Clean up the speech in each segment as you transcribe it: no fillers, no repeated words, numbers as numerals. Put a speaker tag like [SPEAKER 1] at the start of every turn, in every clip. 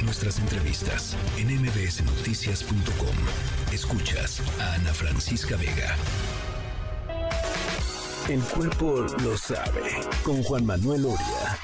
[SPEAKER 1] nuestras entrevistas en mbsnoticias.com. Escuchas a Ana Francisca Vega. El cuerpo lo sabe, con Juan Manuel Oria.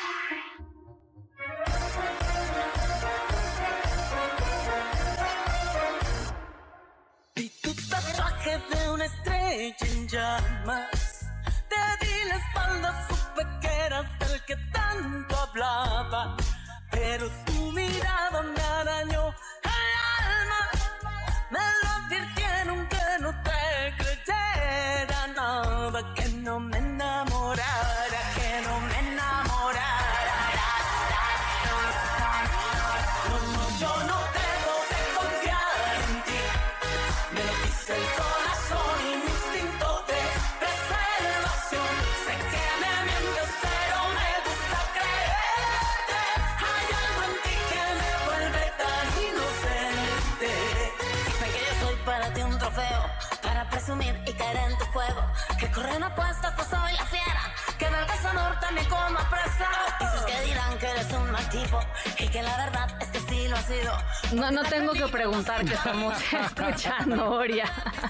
[SPEAKER 2] Vi tu tatuaje de una estrella en llamas. Te di la espalda, supe que eras del que tanto hablaba. Pero tu mirada me arañó el alma. Me lo advirtieron que no te creyera nada, que no me enamorara, que no me enamorara. No, yo no debo de confiar en ti. Me lo dice el corazón y mi instinto de preservación. Sé que me mientes, pero me gusta creerte. Hay algo en ti que me vuelve tan inocente. Dicen que yo soy para ti un trofeo, para presumir y caer en tu juego. Que corren apuestas, pues soy la fiera, que en el beso norte me como presa. Dices que dirán que eres un mal tipo y que la verdad es que sí lo ha sido.
[SPEAKER 3] No tengo que preguntar que estamos escuchando, Oria.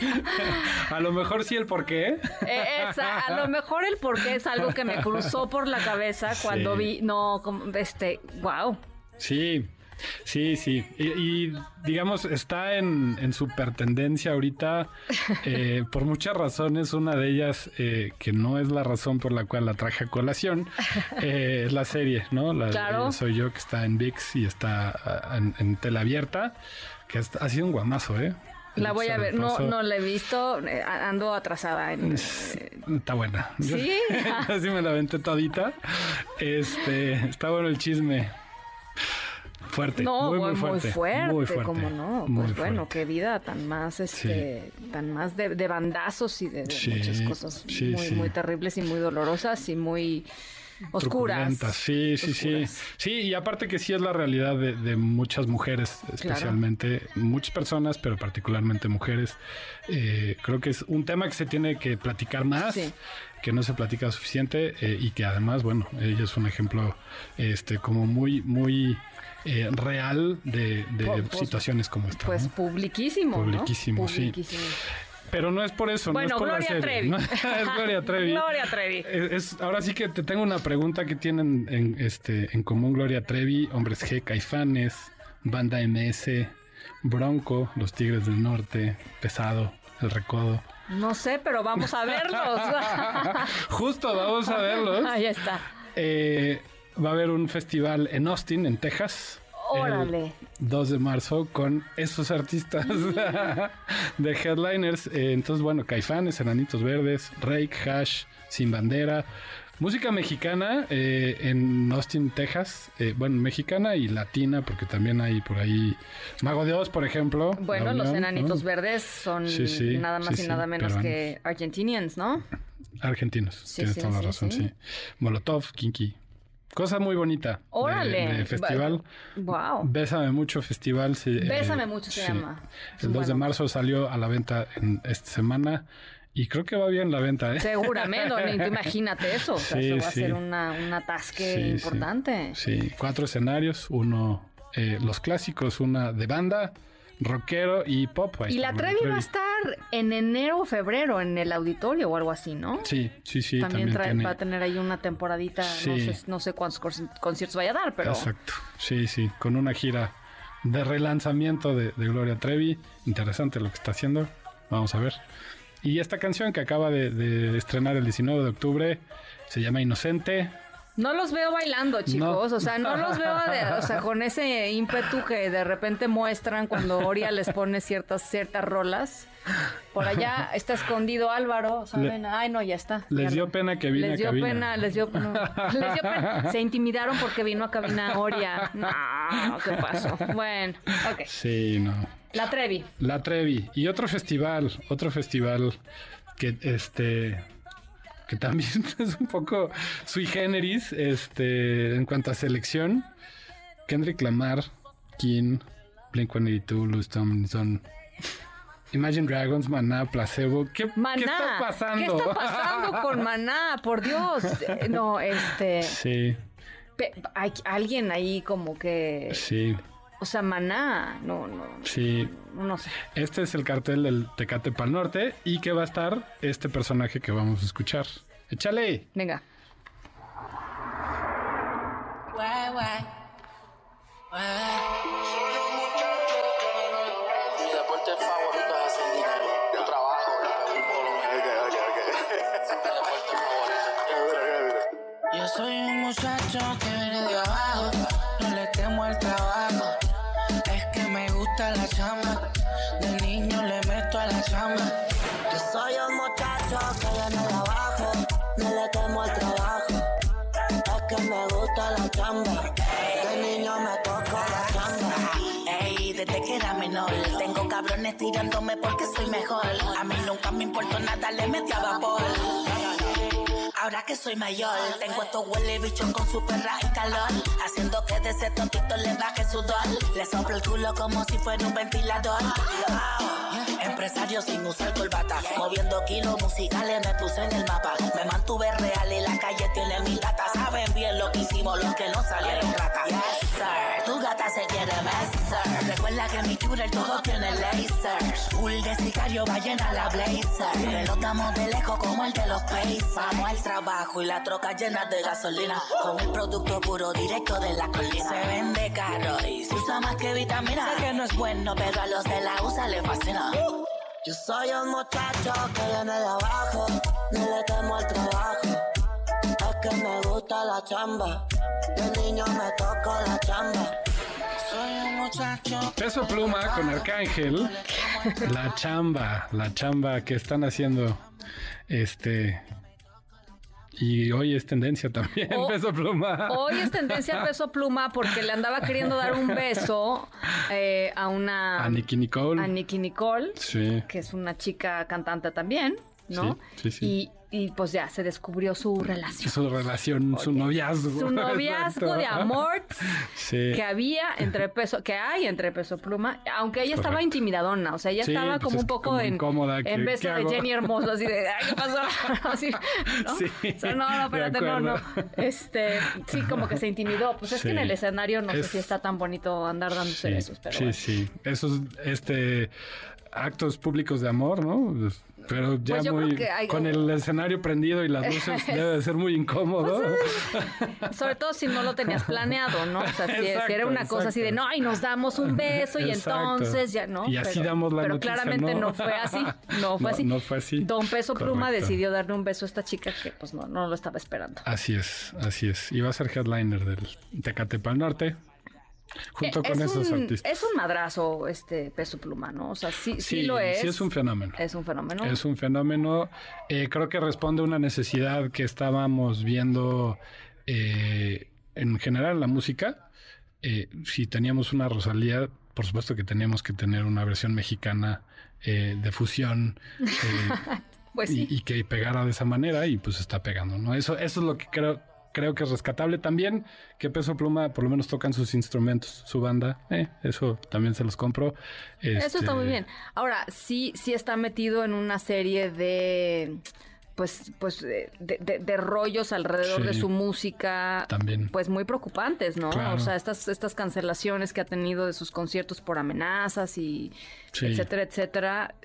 [SPEAKER 4] A lo mejor sí el por qué.
[SPEAKER 3] A lo mejor el por qué es algo que me cruzó por la cabeza cuando vi, wow.
[SPEAKER 4] Sí. Y digamos, está en super tendencia ahorita por muchas razones. Una de ellas, que no es la razón por la cual la traje a colación, es la serie, ¿no?
[SPEAKER 3] Claro.
[SPEAKER 4] Soy yo, que está en ViX y está en tela abierta, que ha sido un guamazo, ¿eh?
[SPEAKER 3] La voy a ver, no la he visto, ando atrasada.
[SPEAKER 4] Está buena.
[SPEAKER 3] ¿Sí?
[SPEAKER 4] Así me la aventé todita. Está bueno el chisme. Fuerte,
[SPEAKER 3] no,
[SPEAKER 4] muy fuerte.
[SPEAKER 3] Muy fuerte, ¿cómo no?
[SPEAKER 4] Muy
[SPEAKER 3] pues bueno,
[SPEAKER 4] fuerte.
[SPEAKER 3] Qué vida tan más, tan más de bandazos y de muchas cosas muy terribles y muy dolorosas y muy oscuras.
[SPEAKER 4] Sí. Sí, y aparte que sí es la realidad de muchas mujeres, especialmente, muchas personas, pero particularmente mujeres. Creo que es un tema que se tiene que platicar más, que no se platica suficiente, y que además, bueno, ella es un ejemplo como muy real de situaciones como esta.
[SPEAKER 3] Pues, ¿no? Publiquísimo,
[SPEAKER 4] sí. Pero no es por eso,
[SPEAKER 3] bueno,
[SPEAKER 4] no es por
[SPEAKER 3] Gloria
[SPEAKER 4] la serie.
[SPEAKER 3] Trevi.
[SPEAKER 4] ¿No? Es Gloria Trevi.
[SPEAKER 3] Gloria Trevi.
[SPEAKER 4] Ahora sí que te tengo una pregunta que tienen en común Gloria Trevi, Hombres G, Caifanes, Banda MS, Bronco, Los Tigres del Norte, Pesado, El Recodo.
[SPEAKER 3] No sé, pero vamos a verlos.
[SPEAKER 4] Justo, vamos a verlos.
[SPEAKER 3] Ahí está.
[SPEAKER 4] Va a haber un festival en Austin, en Texas.
[SPEAKER 3] ¡Órale!
[SPEAKER 4] El 2 de marzo con esos artistas de headliners. Entonces, bueno, Caifanes, Enanitos Verdes, Rake, Hash, Sin Bandera. Música mexicana en Austin, Texas. Bueno, mexicana y latina, porque también hay por ahí Mago de Oz, por ejemplo.
[SPEAKER 3] Bueno, los Enanitos Verdes son nada más y nada menos que argentinians, ¿no?
[SPEAKER 4] Argentinos, tienes toda la razón, sí. Molotov, Kinky. Cosa muy bonita.
[SPEAKER 3] ¡Órale!
[SPEAKER 4] De festival.
[SPEAKER 3] ¡Wow!
[SPEAKER 4] Bésame Mucho Festival.
[SPEAKER 3] Bésame Mucho se llama.
[SPEAKER 4] El 2 de marzo salió a la venta en esta semana y creo que va bien la venta, ¿eh?
[SPEAKER 3] Seguramente, imagínate eso. O sea, eso va a ser un atasque importante.
[SPEAKER 4] Sí, 4 escenarios, uno los clásicos, una de banda, rockero y pop.
[SPEAKER 3] Y la Trevi va a estar en enero o febrero en el auditorio o algo así, ¿no?
[SPEAKER 4] Sí.
[SPEAKER 3] También va a tener ahí una temporadita, no sé cuántos conciertos vaya a dar, pero...
[SPEAKER 4] Exacto, sí, con una gira de relanzamiento de Gloria Trevi. Interesante lo que está haciendo, vamos a ver. Y esta canción que acaba de estrenar el 19 de octubre se llama Inocente.
[SPEAKER 3] No los veo bailando, chicos.
[SPEAKER 4] No.
[SPEAKER 3] O sea, no los veo con ese ímpetu que de repente muestran cuando Oria les pone ciertas rolas. Por allá está escondido Álvaro, ¿saben? Ay, no, ya está.
[SPEAKER 4] Les dio pena que vine a cabina.
[SPEAKER 3] Les dio pena. Se intimidaron porque vino a cabina Oria. No, ¿qué pasó? Bueno, ok.
[SPEAKER 4] Sí, no.
[SPEAKER 3] La Trevi.
[SPEAKER 4] Y otro festival que que también es un poco sui generis en cuanto a selección. Kendrick Lamar, King, Blink-182, Louis Tomlinson, Imagine Dragons, Maná, Placebo. ¿Qué está pasando?
[SPEAKER 3] ¿Qué está pasando con Maná? Por Dios. No,
[SPEAKER 4] Sí.
[SPEAKER 3] Hay alguien ahí como que...
[SPEAKER 4] Sí.
[SPEAKER 3] O sea, Maná, no.
[SPEAKER 4] Sí.
[SPEAKER 3] No sé.
[SPEAKER 4] Este es el cartel del Tecate Pal Norte y que va a estar este personaje que vamos a escuchar. ¡Échale!
[SPEAKER 3] Venga.
[SPEAKER 5] Mi deporte favorito es hacer dinero. Yo trabajo, mi deporte favorito. Yo soy un muchacho que viene de abajo, no le temo el trabajo. Es que me gusta la chamba, de niño le meto a la chamba. Yo soy un muchacho que viene de abajo, no le temo el trabajo. Es que me gusta la chamba, de niño me toco la chamba. Ey, desde que era menor, tengo cabrones tirándome porque soy mejor. A mí nunca me importó nada, le metí a vapor. Ahora que soy mayor, tengo estos huele bichos con su perra y calor, haciendo que de ese topito le baje sudor. Le soplo el culo como si fuera un ventilador. Empresario sin usar corbata, moviendo kilos musicales me puse en el mapa. Me mantuve real y la calle tiene mi data. Saben bien lo que hicimos los que no salieron rata. Yes, sir, tu gata se quiere besar. Recuerda que mi shooter todo tiene laser. Full de sicario va llena la blazer. Pelotamos de lejos como el de los Pacers. Vamos al trabajo y la troca llena de gasolina, con el producto puro directo de la colina. Se vende caro y se usa más que vitamina. Sé que no es bueno, pero a los de la USA le fascina. Yo soy un muchacho que viene de abajo, no le temo al trabajo. Es que me gusta la chamba, de niño me toco la chamba. Soy un muchacho.
[SPEAKER 4] Peso Pluma con Arcángel. La chamba que están haciendo. Y hoy es tendencia también, Peso Pluma.
[SPEAKER 3] Hoy es tendencia Peso Pluma porque le andaba queriendo dar un beso a
[SPEAKER 4] Nicki Nicole.
[SPEAKER 3] A Nicki Nicole,
[SPEAKER 4] sí,
[SPEAKER 3] que es una chica cantante también, ¿no?
[SPEAKER 4] Sí.
[SPEAKER 3] Y pues ya se descubrió su relación.
[SPEAKER 4] Su noviazgo.
[SPEAKER 3] Su noviazgo de amor
[SPEAKER 4] sí,
[SPEAKER 3] que hay entre Peso Pluma, aunque ella estaba intimidadona, o sea, ella estaba como un poco
[SPEAKER 4] incómoda,
[SPEAKER 3] en vez de Jenny Hermoso, así de, ay, ¿qué pasó? Así, ¿no?
[SPEAKER 4] Sí,
[SPEAKER 3] o sea, no, espérate, no. Sí, como que se intimidó. Pues es que en el escenario no sé si está tan bonito andar dándose besos, pero bueno.
[SPEAKER 4] Sí. Esos, actos públicos de amor, ¿no? Pero ya muy con el escenario prendido y las luces debe de ser muy incómodo.
[SPEAKER 3] Pues, sobre todo si no lo tenías planeado, ¿no? O sea, si era una cosa así de no, y nos damos un beso y entonces ya no.
[SPEAKER 4] Y así damos la noticia.
[SPEAKER 3] Pero claramente no fue así. No fue así. Don Peso Pluma decidió darle un beso a esta chica que pues no lo estaba esperando.
[SPEAKER 4] Así es. Y va a ser headliner del Tecate Pal Norte. Junto con esos artistas.
[SPEAKER 3] Es un madrazo Peso Pluma, ¿no? O sea, sí lo es.
[SPEAKER 4] Sí, es un fenómeno.
[SPEAKER 3] Es un fenómeno.
[SPEAKER 4] Es un fenómeno. Creo que responde a una necesidad que estábamos viendo en general en la música. Si teníamos una Rosalía, por supuesto que teníamos que tener una versión mexicana de fusión.
[SPEAKER 3] Pues sí.
[SPEAKER 4] Y que pegara de esa manera y pues está pegando, ¿no? Eso es lo que creo que es rescatable también, que Peso Pluma por lo menos tocan sus instrumentos, su banda, eso también se los compro.
[SPEAKER 3] Eso está muy bien. Ahora, sí está metido en una serie de de rollos alrededor de su música,
[SPEAKER 4] también,
[SPEAKER 3] pues muy preocupantes, ¿no? Claro. O sea, estas cancelaciones que ha tenido de sus conciertos por amenazas y etcétera,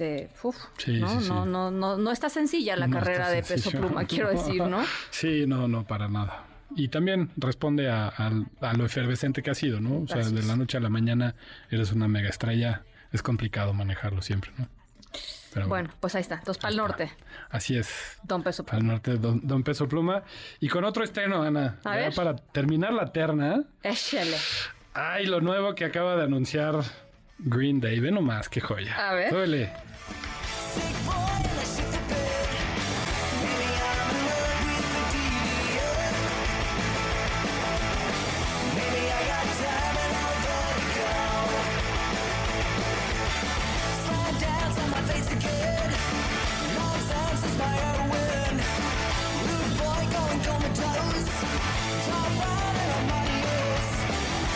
[SPEAKER 3] no está sencilla la carrera de Peso Pluma, quiero decir, ¿no?
[SPEAKER 4] Sí, no, para nada. Y también responde a lo efervescente que ha sido, ¿no? O sea, de la noche a la mañana eres una mega estrella, es complicado manejarlo siempre, ¿no? Pero
[SPEAKER 3] bueno, pues ahí está. Entonces, Pal Norte.
[SPEAKER 4] Así es.
[SPEAKER 3] Don Peso Pluma.
[SPEAKER 4] Pal Norte, Don Peso Pluma. Y con otro estreno, Ana.
[SPEAKER 3] A ver.
[SPEAKER 4] Para terminar la terna.
[SPEAKER 3] Échale.
[SPEAKER 4] Ay, lo nuevo que acaba de anunciar Green Day. Ve nomás, qué joya.
[SPEAKER 3] A ver.
[SPEAKER 4] Súbele.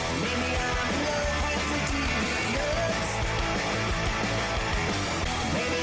[SPEAKER 2] Maybe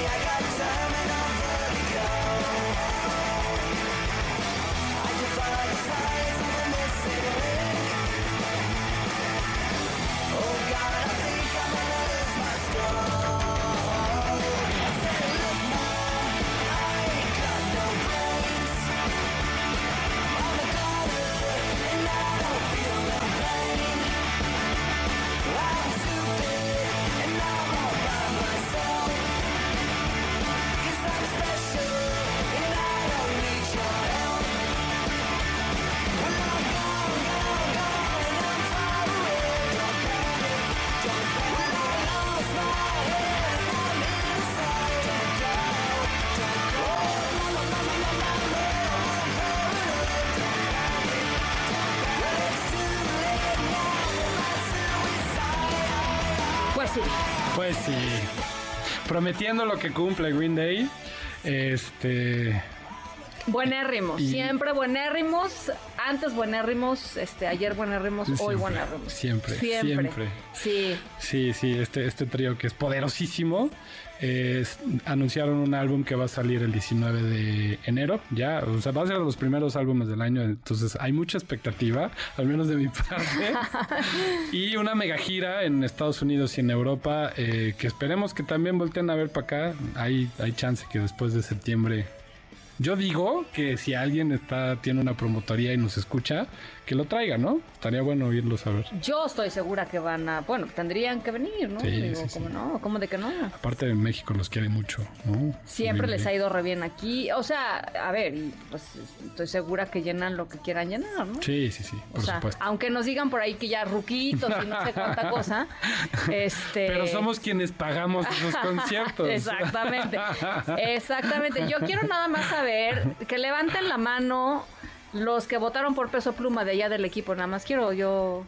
[SPEAKER 3] Pues sí.
[SPEAKER 4] Pues sí. Prometiendo lo que cumple Green Day.
[SPEAKER 3] Buenérrimos, siempre buenérrimos. Antes buenérrimos, ayer buenérrimos, hoy buenérrimos.
[SPEAKER 4] Siempre.
[SPEAKER 3] Sí.
[SPEAKER 4] Sí, este trío que es poderosísimo. Anunciaron un álbum que va a salir el 19 de enero. Ya, o sea, va a ser de los primeros álbumes del año. Entonces hay mucha expectativa, al menos de mi parte. Y una mega gira en Estados Unidos y en Europa, que esperemos que también volteen a ver para acá. Hay chance que después de septiembre. Yo digo que si alguien tiene una promotoría y nos escucha, que lo traiga, ¿no? Estaría bueno oírlos a ver.
[SPEAKER 3] Yo estoy segura que tendrían que venir, ¿no?
[SPEAKER 4] Sí,
[SPEAKER 3] Digo,
[SPEAKER 4] sí,
[SPEAKER 3] ¿cómo no? ¿Cómo de que no?
[SPEAKER 4] Aparte de México los quiere mucho, ¿no?
[SPEAKER 3] Siempre les ha ido re bien aquí. O sea, a ver, pues estoy segura que llenan lo que quieran llenar, ¿no?
[SPEAKER 4] Sí, por supuesto.
[SPEAKER 3] Aunque nos digan por ahí que ya ruquitos y no sé cuánta cosa.
[SPEAKER 4] Pero somos quienes pagamos esos conciertos.
[SPEAKER 3] Exactamente. Yo quiero nada más saber, que levanten la mano los que votaron por Peso Pluma de allá del equipo. Nada más quiero yo...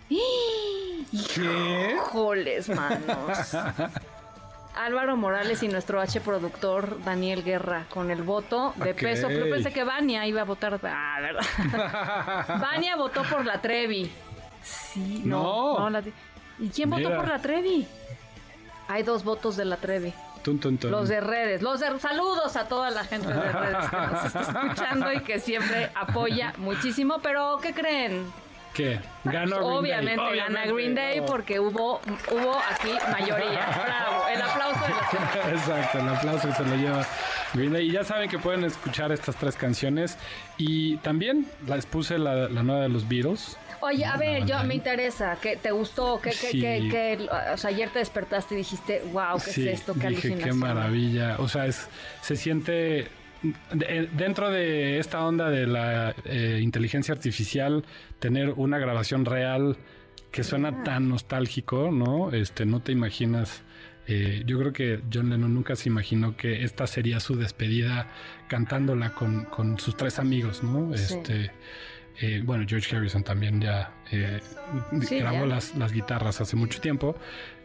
[SPEAKER 4] ¿Qué?
[SPEAKER 3] ¡Híjoles, manos! Álvaro Morales y nuestro productor Daniel Guerra con el voto de Peso Pluma. Pensé que Vania iba a votar. ¿Verdad? Vania votó por la Trevi. Sí, no. ¿Y quién votó por la Trevi? Hay 2 votos de la Trevi. Los de redes. Saludos a toda la gente de redes que nos está escuchando y que siempre apoya muchísimo. Pero, ¿qué creen?
[SPEAKER 4] ¿Qué? Ganó
[SPEAKER 3] Obviamente gana Green Day porque hubo aquí mayoría. Bravo, el aplauso de la ciudad.
[SPEAKER 4] Exacto, el aplauso se lo lleva Green Day. Y ya saben que pueden escuchar estas 3 canciones. Y también les puse la nueva de los Beatles.
[SPEAKER 3] Oye, a ver, me interesa, ¿qué te gustó? O sea, ayer te despertaste y dijiste, wow, ¿qué es esto? ¿Qué alucinación?
[SPEAKER 4] Qué maravilla. O sea, se siente dentro de esta onda de la inteligencia artificial, tener una grabación real que suena tan nostálgico, ¿no? No te imaginas. Yo creo que John Lennon nunca se imaginó que esta sería su despedida cantándola con sus 3 amigos, ¿no?
[SPEAKER 3] Sí.
[SPEAKER 4] George Harrison también ya grabó las guitarras hace mucho tiempo.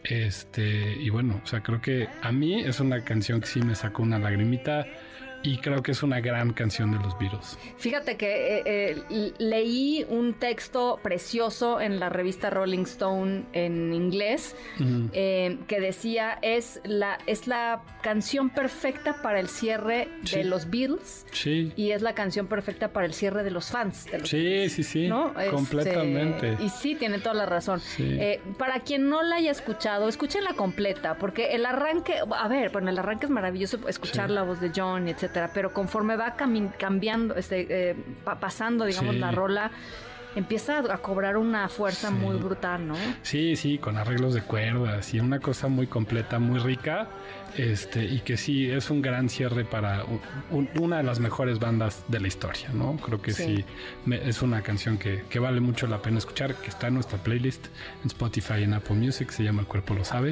[SPEAKER 4] Y bueno, o sea, creo que a mí es una canción que sí me sacó una lagrimita. Y creo que es una gran canción de los Beatles.
[SPEAKER 3] Fíjate que leí un texto precioso en la revista Rolling Stone en inglés, que decía es la canción perfecta para el cierre de los Beatles.
[SPEAKER 4] Sí.
[SPEAKER 3] Y es la canción perfecta para el cierre de los fans de los
[SPEAKER 4] Beatles. Sí, ¿no? Completamente.
[SPEAKER 3] Y sí, tiene toda la razón.
[SPEAKER 4] Sí.
[SPEAKER 3] Para quien no la haya escuchado, escúchenla completa, porque el arranque es maravilloso escuchar la voz de John, etc. Pero conforme va cambiando, pasando, digamos, la rola, empieza a cobrar una fuerza muy brutal, ¿no?
[SPEAKER 4] Sí, con arreglos de cuerdas y una cosa muy completa, muy rica, y que sí, es un gran cierre para una de las mejores bandas de la historia, ¿no? Creo que sí es una canción que vale mucho la pena escuchar, que está en nuestra playlist en Spotify y en Apple Music, se llama El Cuerpo Lo Sabe,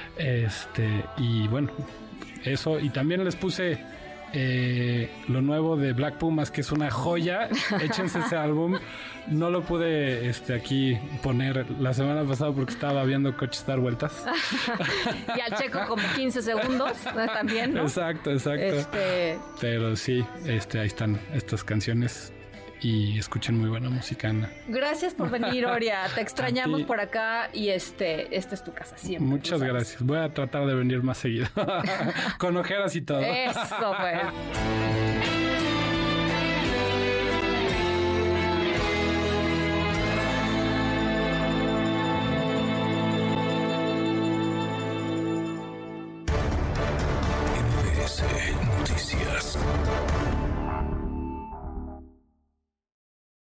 [SPEAKER 4] y bueno, eso, y también les puse lo nuevo de Black Pumas, que es una joya. Échense ese álbum. No lo pude aquí poner la semana pasada porque estaba viendo coches dar vueltas.
[SPEAKER 3] Y al Checo como 15 segundos también, ¿no?
[SPEAKER 4] Exacto. Pero sí, ahí están estas canciones. Y escuchen muy buena música, Ana.
[SPEAKER 3] Gracias por venir, Oria. Te extrañamos por acá y esta es tu casa siempre.
[SPEAKER 4] Muchas gracias. Voy a tratar de venir más seguido. Con ojeras y todo.
[SPEAKER 3] Eso, pues.